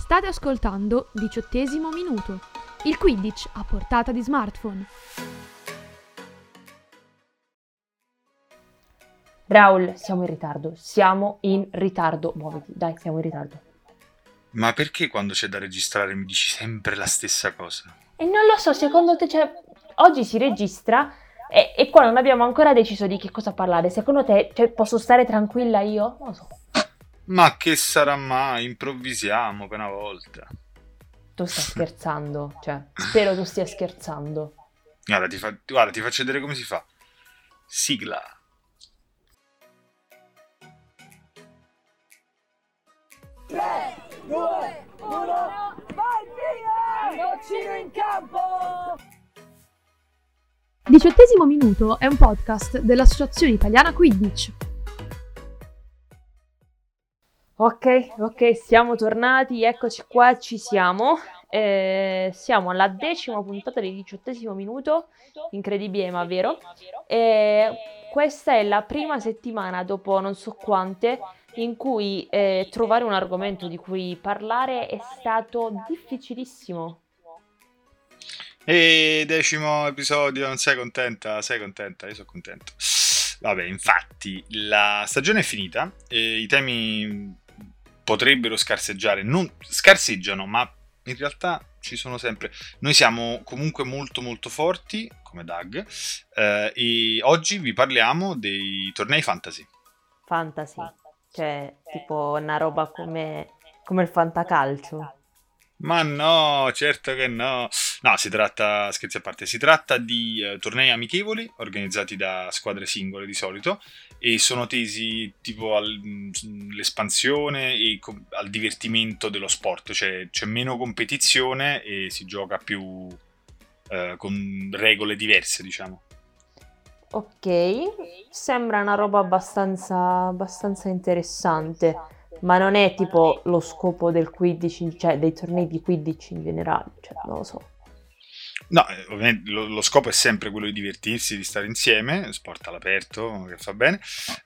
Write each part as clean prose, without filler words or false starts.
State ascoltando 18° minuto, il Quidditch a portata di smartphone. Raul, siamo in ritardo, muoviti, dai, siamo in ritardo. Ma perché quando c'è da registrare mi dici sempre la stessa cosa? E non lo so, secondo te, oggi si registra e qua non abbiamo ancora deciso di che cosa parlare. Secondo te, posso stare tranquilla io? Non lo so. Ma che sarà mai? Improvvisiamo per una volta. Tu stai scherzando, spero tu stia scherzando. Guarda, ti faccio vedere come si fa. Sigla. Tre, 2, 1, vai via! Nocino in campo! 18° minuto è un podcast dell'Associazione Italiana Quidditch. Ok, siamo tornati, eccoci qua, ci siamo. Siamo alla 10ª puntata del 18° minuto, incredibile ma vero. Questa è la prima settimana dopo non so quante in cui trovare un argomento di cui parlare è stato difficilissimo. E 10° episodio, non sei contenta? Sei contenta? Io sono contento. Vabbè, infatti, la stagione è finita e i temi potrebbero scarseggiare. Non scarseggiano, ma in realtà ci sono sempre. Noi siamo comunque molto molto forti, come Doug, e oggi vi parliamo dei tornei fantasy. Fantasy, tipo una roba come il fantacalcio. Ma no, certo che no. No, scherzi a parte, si tratta di tornei amichevoli organizzati da squadre singole di solito e sono tesi tipo all'espansione e al divertimento dello sport, cioè c'è meno competizione e si gioca più con regole diverse, diciamo. Ok, sembra una roba abbastanza interessante, ma non è tipo lo scopo del Quidditch, cioè dei tornei di Quidditch in generale, non lo so. No, ovviamente lo scopo è sempre quello di divertirsi, di stare insieme, sport all'aperto, che fa bene.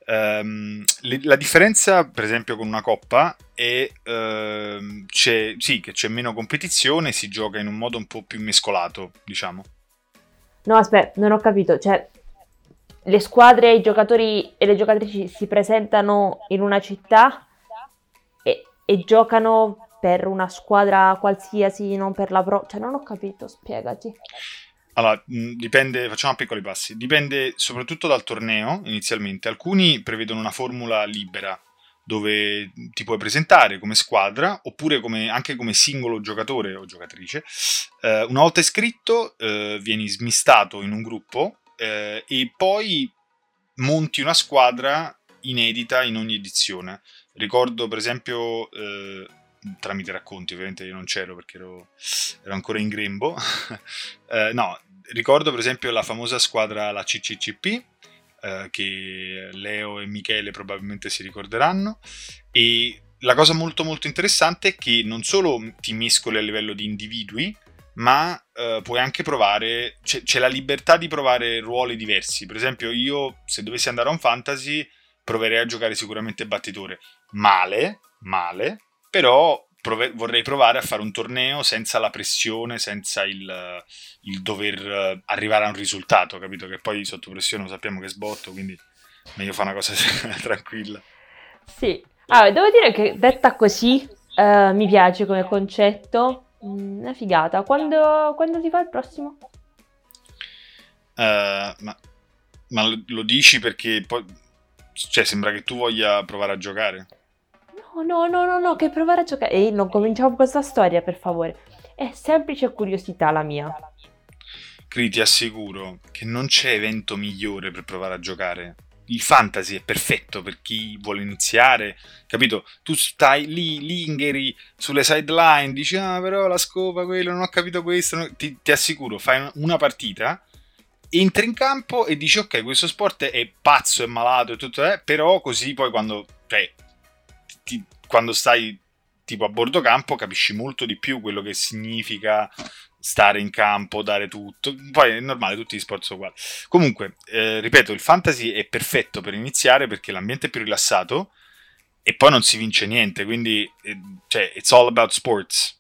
La differenza, per esempio, con una coppa è che c'è meno competizione, si gioca in un modo un po' più mescolato, diciamo. No, aspetta, non ho capito, le squadre, i giocatori e le giocatrici si presentano in una città e giocano per una squadra qualsiasi, non per la pro... non ho capito, spiegati. Allora, dipende, facciamo a piccoli passi, dipende soprattutto dal torneo inizialmente. Alcuni prevedono una formula libera dove ti puoi presentare come squadra oppure anche come singolo giocatore o giocatrice. Una volta iscritto vieni smistato in un gruppo e poi monti una squadra inedita in ogni edizione. Ricordo per esempio tramite racconti, ovviamente io non c'ero perché ero ancora in grembo. Ricordo per esempio la famosa squadra, la CCCP, che Leo e Michele probabilmente si ricorderanno, e la cosa molto molto interessante è che non solo ti mescoli a livello di individui, ma puoi anche provare, c'è la libertà di provare ruoli diversi. Per esempio io, se dovessi andare a un fantasy, proverei a giocare sicuramente battitore. Male, però vorrei provare a fare un torneo senza la pressione, senza il dover arrivare a un risultato, capito? Che poi sotto pressione lo sappiamo che sbotto, quindi meglio fare una cosa tranquilla. Sì, devo dire che detta così mi piace come concetto, una figata. Quando si fa il prossimo? Ma lo dici perché poi sembra che tu voglia provare a giocare? No, che provare a giocare. Ehi, non cominciamo questa storia, per favore. È semplice curiosità la mia. Cri, ti assicuro che non c'è evento migliore per provare a giocare. Il fantasy è perfetto per chi vuole iniziare, capito? Tu stai lì, lingheri sulle sideline, dici però la scopa, quello, non ho capito questo. Ti assicuro, fai una partita, entri in campo e dici ok, questo sport è pazzo, è malato e tutto, però così poi quando stai tipo a bordo campo capisci molto di più quello che significa stare in campo, dare tutto. Poi è normale, tutti gli sport sono uguali. Comunque, ripeto, il fantasy è perfetto per iniziare perché l'ambiente è più rilassato e poi non si vince niente, quindi cioè, it's all about sports.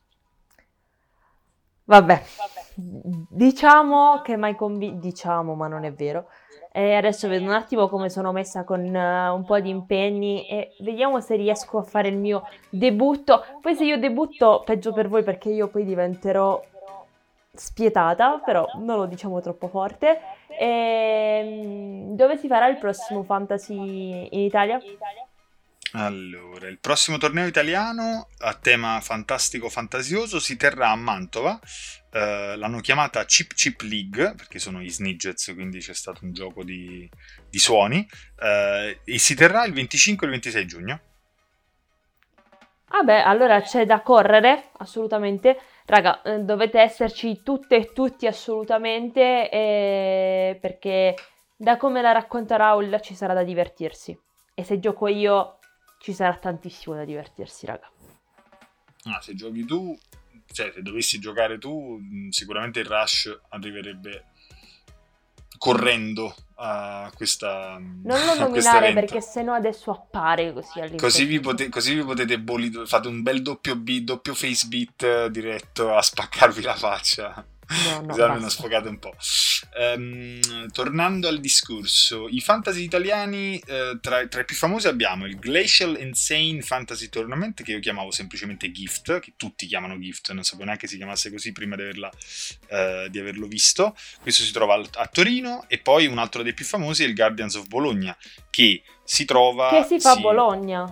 Vabbè, diciamo che mai diciamo, ma non è vero. E adesso vedo un attimo come sono messa con un po' di impegni e vediamo se riesco a fare il mio debutto. Poi se io debutto, peggio per voi perché io poi diventerò spietata, però non lo diciamo troppo forte. Dove si farà il prossimo Fantasy in Italia? Allora, il prossimo torneo italiano a tema fantastico fantasioso si terrà a Mantova. L'hanno chiamata Chip Chip League perché sono i Snidgets, quindi c'è stato un gioco di suoni, e si terrà il 25 e il 26 giugno. Vabbè, allora c'è da correre, assolutamente. Raga, dovete esserci tutte e tutti assolutamente, perché da come la racconta Raul ci sarà da divertirsi. E se gioco io ci sarà tantissimo da divertirsi, raga. Se giochi tu, cioè se dovessi giocare tu, sicuramente il Rush arriverebbe correndo a questa Non lo nominare perché sennò adesso appare così all'interno. Così vi potete fate un bel doppio face beat diretto a spaccarvi la faccia. No, Così almeno sfogate un po'. Tornando al discorso, i fantasy italiani, tra i più famosi abbiamo il Glacial Insane Fantasy Tournament, che io chiamavo semplicemente Gift, che tutti chiamano Gift, non sapevo neanche si chiamasse così prima di averlo visto. Questo si trova a Torino, e poi un altro dei più famosi è il Guardians of Bologna, che si trova... Che si fa a Bologna?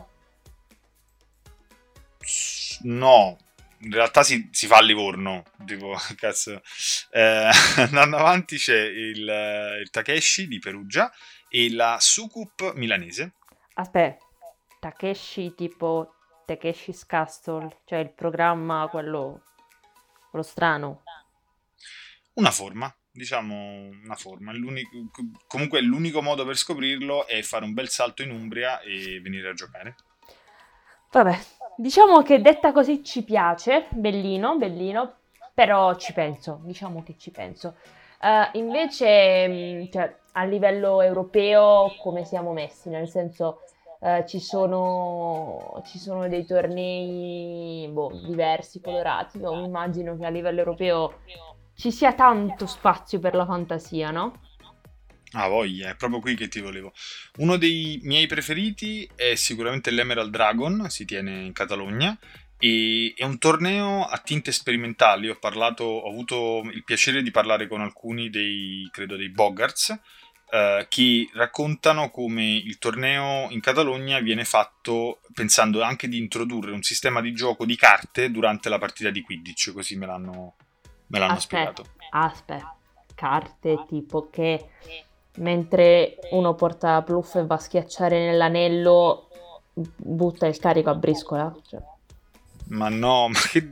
No, in realtà si fa a Livorno, tipo, cazzo. Andando avanti c'è il Takeshi di Perugia e la Sukup milanese. Aspetta, Takeshi tipo Takeshi's Castle, cioè il programma quello strano. Una forma, diciamo una forma. Comunque l'unico modo per scoprirlo è fare un bel salto in Umbria e venire a giocare. Vabbè, diciamo che detta così ci piace, bellino, però ci penso, diciamo che ci penso. Invece, cioè, a livello europeo come siamo messi? Nel senso, ci sono dei tornei diversi, colorati, io immagino che a livello europeo ci sia tanto spazio per la fantasia, no? Ah, voglia, è proprio qui che ti volevo. Uno dei miei preferiti è sicuramente l'Emerald Dragon, si tiene in Catalogna, e è un torneo a tinte sperimentali. Ho avuto il piacere di parlare con alcuni dei Boggarts, che raccontano come il torneo in Catalogna viene fatto pensando anche di introdurre un sistema di gioco di carte durante la partita di Quidditch, così me l'hanno spiegato. Aspetta, carte tipo che mentre uno porta bluff e va a schiacciare nell'anello, butta il carico a briscola? Cioè. Ma no, ma che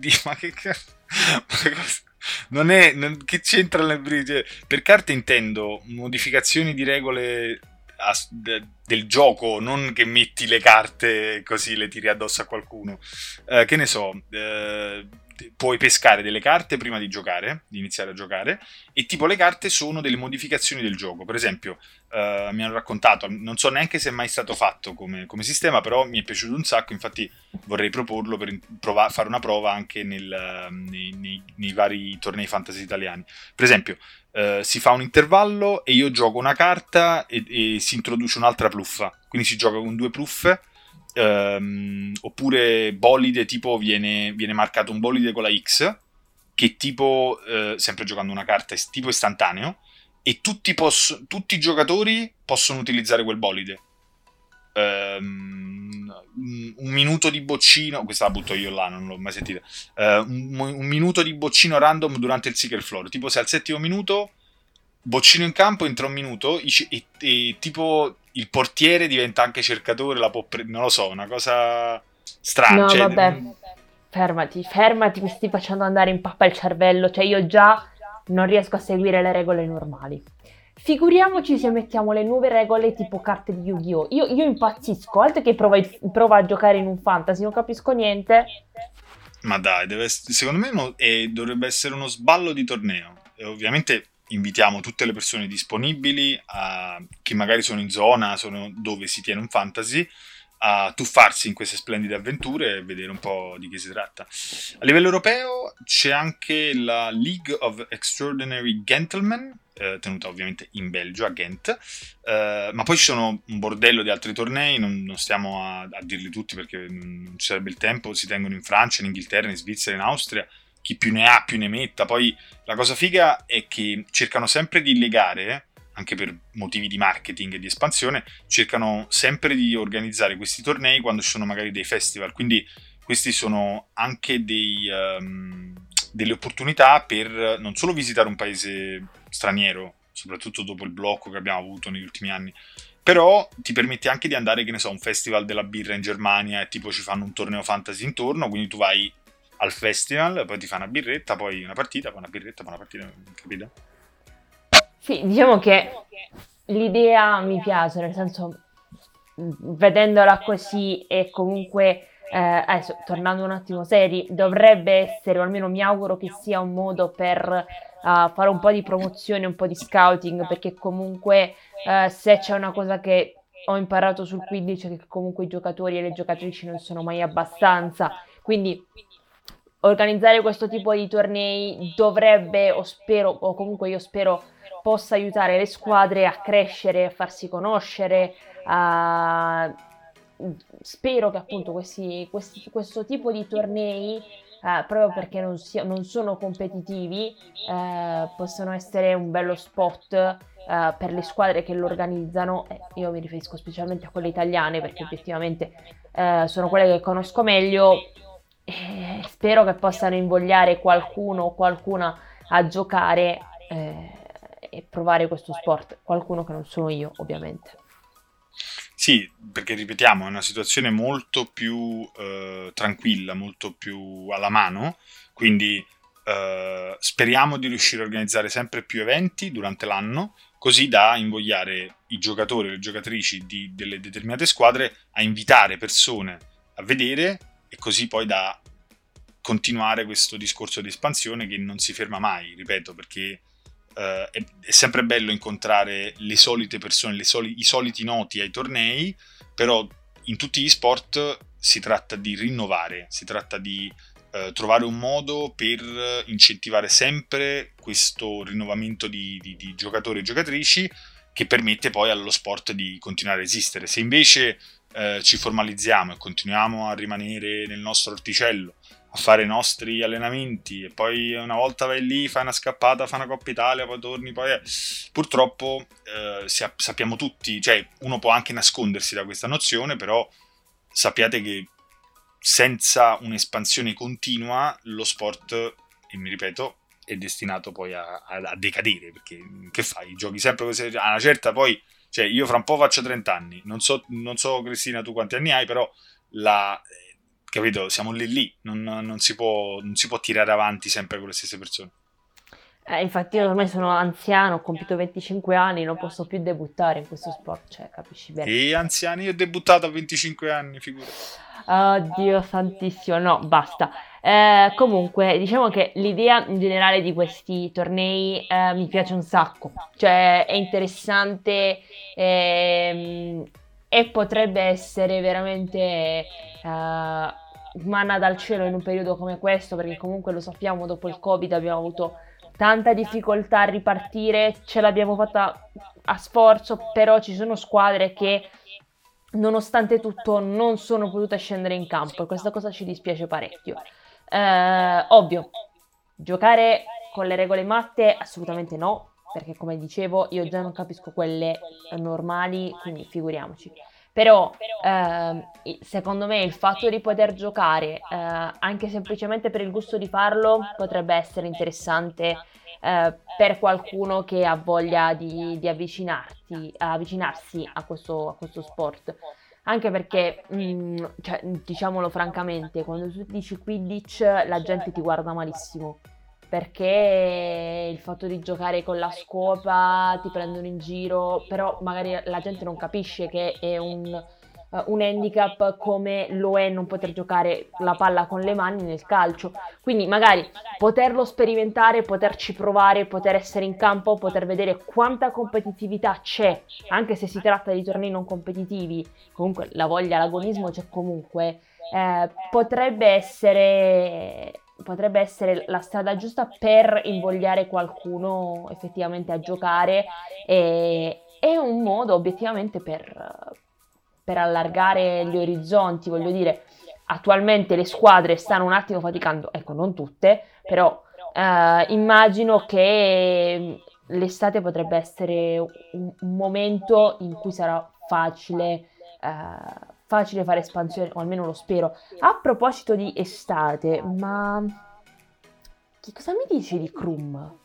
che c'entra nel brige? Per carte intendo modificazioni di regole del gioco, non che metti le carte così le tiri addosso a qualcuno. Che ne so, puoi pescare delle carte prima di iniziare a giocare, e tipo le carte sono delle modificazioni del gioco. Per esempio, mi hanno raccontato, non so neanche se è mai stato fatto come sistema, però mi è piaciuto un sacco, infatti vorrei proporlo per fare una prova anche nei vari tornei fantasy italiani. Per esempio, si fa un intervallo e io gioco una carta e si introduce un'altra pluffa, quindi si gioca con 2 pluffe. Oppure bolide, tipo viene marcato un bolide con la X, che tipo, sempre giocando una carta tipo istantaneo, e tutti i giocatori possono utilizzare quel bolide. Un minuto di boccino, questa la butto io là, non l'ho mai sentita. Un minuto di boccino random durante il Seeker Floor, tipo se al 7° minuto boccino in campo, entra un minuto e tipo il portiere diventa anche cercatore, non lo so, una cosa strana. No, vabbè, fermati, mi stai facendo andare in pappa il cervello, cioè io già non riesco a seguire le regole normali. Figuriamoci se mettiamo le nuove regole tipo carte di Yu-Gi-Oh! Io impazzisco, altro che prova a giocare in un fantasy, non capisco niente. Ma dai, secondo me dovrebbe essere uno sballo di torneo, e ovviamente invitiamo tutte le persone disponibili che magari sono in zona, sono dove si tiene un fantasy, a tuffarsi in queste splendide avventure e vedere un po' di che si tratta. A livello europeo c'è anche la League of Extraordinary Gentlemen, tenuta ovviamente in Belgio, a Ghent, ma poi ci sono un bordello di altri tornei, non stiamo a dirli tutti perché non ci sarebbe il tempo, si tengono in Francia, in Inghilterra, in Svizzera, in Austria, chi più ne ha più ne metta. Poi la cosa figa è che cercano sempre di legare, anche per motivi di marketing e di espansione, cercano sempre di organizzare questi tornei quando ci sono magari dei festival, quindi questi sono anche delle opportunità per non solo visitare un paese straniero, soprattutto dopo il blocco che abbiamo avuto negli ultimi anni, però ti permette anche di andare, che ne so, a un festival della birra in Germania e tipo ci fanno un torneo fantasy intorno, quindi tu vai al festival, poi ti fa una birretta, poi una partita, poi una birretta, poi una partita, capito? Sì, diciamo che l'idea mi piace, nel senso, vedendola così e comunque, adesso tornando un attimo seri, dovrebbe essere, o almeno mi auguro che sia un modo per fare un po' di promozione, un po' di scouting, perché comunque se c'è una cosa che ho imparato sul 15 è che comunque i giocatori e le giocatrici non sono mai abbastanza, quindi organizzare questo tipo di tornei dovrebbe, o spero, o comunque io spero, possa aiutare le squadre a crescere, a farsi conoscere, spero che appunto questo tipo di tornei, proprio perché non sono competitivi, possono essere un bello spot per le squadre che lo organizzano. Io mi riferisco specialmente a quelle italiane perché obiettivamente sono quelle che conosco meglio. Spero che possano invogliare qualcuno o qualcuna a giocare e provare questo sport, qualcuno che non sono io, ovviamente. Sì, perché ripetiamo, è una situazione molto più tranquilla, molto più alla mano, quindi speriamo di riuscire a organizzare sempre più eventi durante l'anno, così da invogliare i giocatori e le giocatrici delle determinate squadre a invitare persone a vedere, e così poi da continuare questo discorso di espansione che non si ferma mai, ripeto, perché è sempre bello incontrare le solite persone, i soliti noti ai tornei, però in tutti gli sport si tratta di rinnovare, si tratta di trovare un modo per incentivare sempre questo rinnovamento di giocatori e giocatrici, che permette poi allo sport di continuare a esistere. Se invece ci formalizziamo e continuiamo a rimanere nel nostro orticello, a fare i nostri allenamenti e poi una volta vai lì, fai una scappata, fai una Coppa Italia, poi torni, poi purtroppo sappiamo tutti, cioè uno può anche nascondersi da questa nozione, però sappiate che senza un'espansione continua lo sport, e mi ripeto, è destinato poi a decadere, perché che fai? Giochi sempre così, a una certa poi, cioè io fra un po' faccio 30 anni, non so Cristina tu quanti anni hai, però capito, siamo lì, non si può tirare avanti sempre con le stesse persone. Infatti io ormai sono anziano, ho compiuto 25 anni, non posso più debuttare in questo sport, cioè capisci bene. E anziani, io ho debuttato a 25 anni, figurati. Oddio santissimo, no, basta. Comunque, diciamo che l'idea in generale di questi tornei mi piace un sacco, cioè è interessante e potrebbe essere veramente manna dal cielo in un periodo come questo, perché comunque lo sappiamo, dopo il Covid abbiamo avuto tanta difficoltà a ripartire, ce l'abbiamo fatta a sforzo, però ci sono squadre che nonostante tutto non sono potute scendere in campo e questa cosa ci dispiace parecchio. Ovvio, giocare con le regole matte assolutamente no, perché come dicevo io già non capisco quelle normali, quindi figuriamoci. Però secondo me il fatto di poter giocare anche semplicemente per il gusto di farlo potrebbe essere interessante per qualcuno che ha voglia di avvicinarsi a questo sport. Anche perché, cioè, diciamolo francamente, quando tu dici Quidditch la gente ti guarda malissimo, perché il fatto di giocare con la scopa ti prendono in giro, però magari la gente non capisce che è un handicap come lo è non poter giocare la palla con le mani nel calcio. Quindi magari poterlo sperimentare, poterci provare, poter essere in campo, poter vedere quanta competitività c'è, anche se si tratta di tornei non competitivi, comunque la voglia, l'agonismo c'è comunque, potrebbe essere la strada giusta per invogliare qualcuno effettivamente a giocare, e è un modo obiettivamente per allargare gli orizzonti. Voglio dire, attualmente le squadre stanno un attimo faticando, ecco, non tutte, però immagino che l'estate potrebbe essere un momento in cui sarà facile fare espansione, o almeno lo spero. A proposito di estate, ma che cosa mi dici di Krum?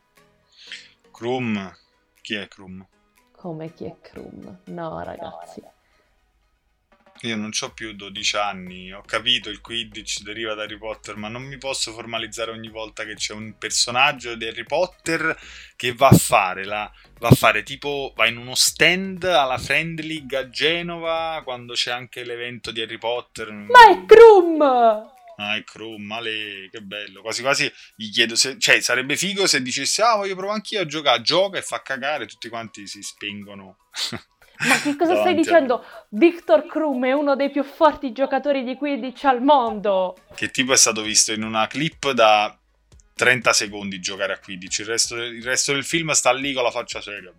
Krum? Chi è Krum? Come chi è Krum? No, ragazzi. Io non c'ho più 12 anni, ho capito il Quidditch deriva da Harry Potter, ma non mi posso formalizzare ogni volta che c'è un personaggio di Harry Potter che va a fare tipo, va in uno stand alla Friendly League a Genova quando c'è anche l'evento di Harry Potter. Ma è Krum! Ah, è Krum, male, che bello. Quasi quasi gli chiedo, cioè sarebbe figo se dicesse, voglio provare anch'io a giocare, gioca e fa cagare, tutti quanti si spengono. Ma che cosa stai dicendo? Viktor Krum è uno dei più forti giocatori di Quidditch al mondo! Che tipo è stato visto in una clip da 30 secondi giocare a Quidditch, il resto del film sta lì con la faccia seria.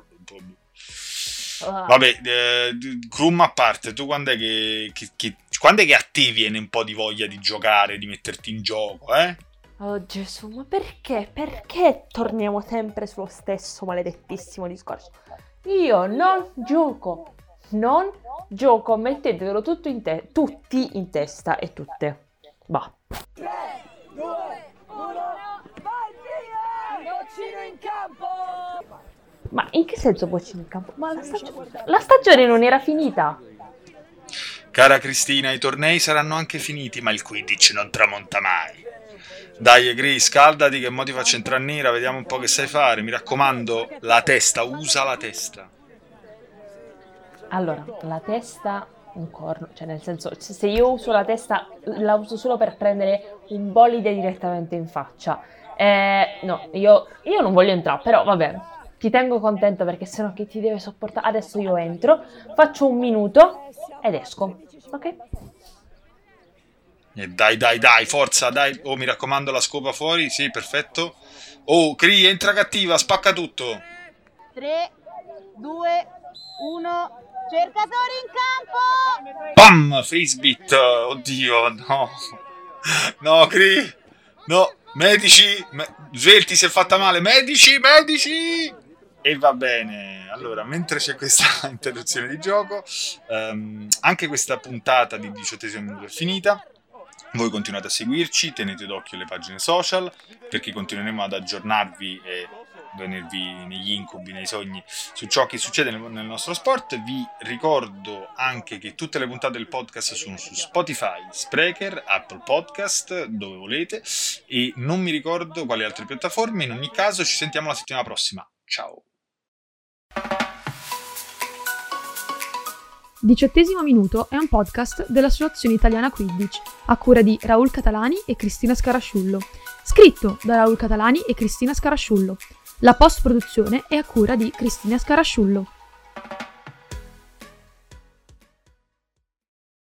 Vabbè, Krum a parte, tu quando è che a te viene un po' di voglia di giocare, di metterti in gioco, eh? Oh Gesù, ma perché? Perché torniamo sempre sullo stesso maledettissimo discorso? Io non gioco, mettetevelo tutti in testa e tutte. Bah. 3, 2, 1, vai via! Boccino in campo! Ma in che senso boccino in campo? Ma la stagione non era finita. Cara Cristina, i tornei saranno anche finiti, ma il Quidditch non tramonta mai. Dai, Gris, scaldati che mo ti faccio entrare nera, vediamo un po' che sai fare. Mi raccomando, la testa, usa la testa. Allora, la testa, un corno, cioè nel senso, se io uso la testa, la uso solo per prendere un bolide direttamente in faccia. No, io non voglio entrare, però vabbè, ti tengo contento perché sennò che ti deve sopportare. Adesso io entro, faccio un minuto ed esco, ok? E dai, forza, dai. Oh, mi raccomando, la scopa fuori, sì, perfetto. Oh, Cree, entra cattiva, spacca tutto. 3, 2, 1, cercatori in campo! Pam, Frisbit, oddio, no. No, Cree, no, medici, Svelti si è fatta male, medici! E va bene, allora, mentre c'è questa interruzione di gioco, anche questa puntata di 18esimo minuto è finita. Voi continuate a seguirci, tenete d'occhio le pagine social, perché continueremo ad aggiornarvi e venirvi negli incubi, nei sogni, su ciò che succede nel nostro sport. Vi ricordo anche che tutte le puntate del podcast sono su Spotify, Spreaker, Apple Podcast, dove volete, e non mi ricordo quali altre piattaforme. In ogni caso ci sentiamo la settimana prossima. Ciao! 18esimo minuto è un podcast dell'Associazione Italiana Quidditch, a cura di Raul Catalani e Cristina Scarasciullo. Scritto da Raul Catalani e Cristina Scarasciullo. La post-produzione è a cura di Cristina Scarasciullo.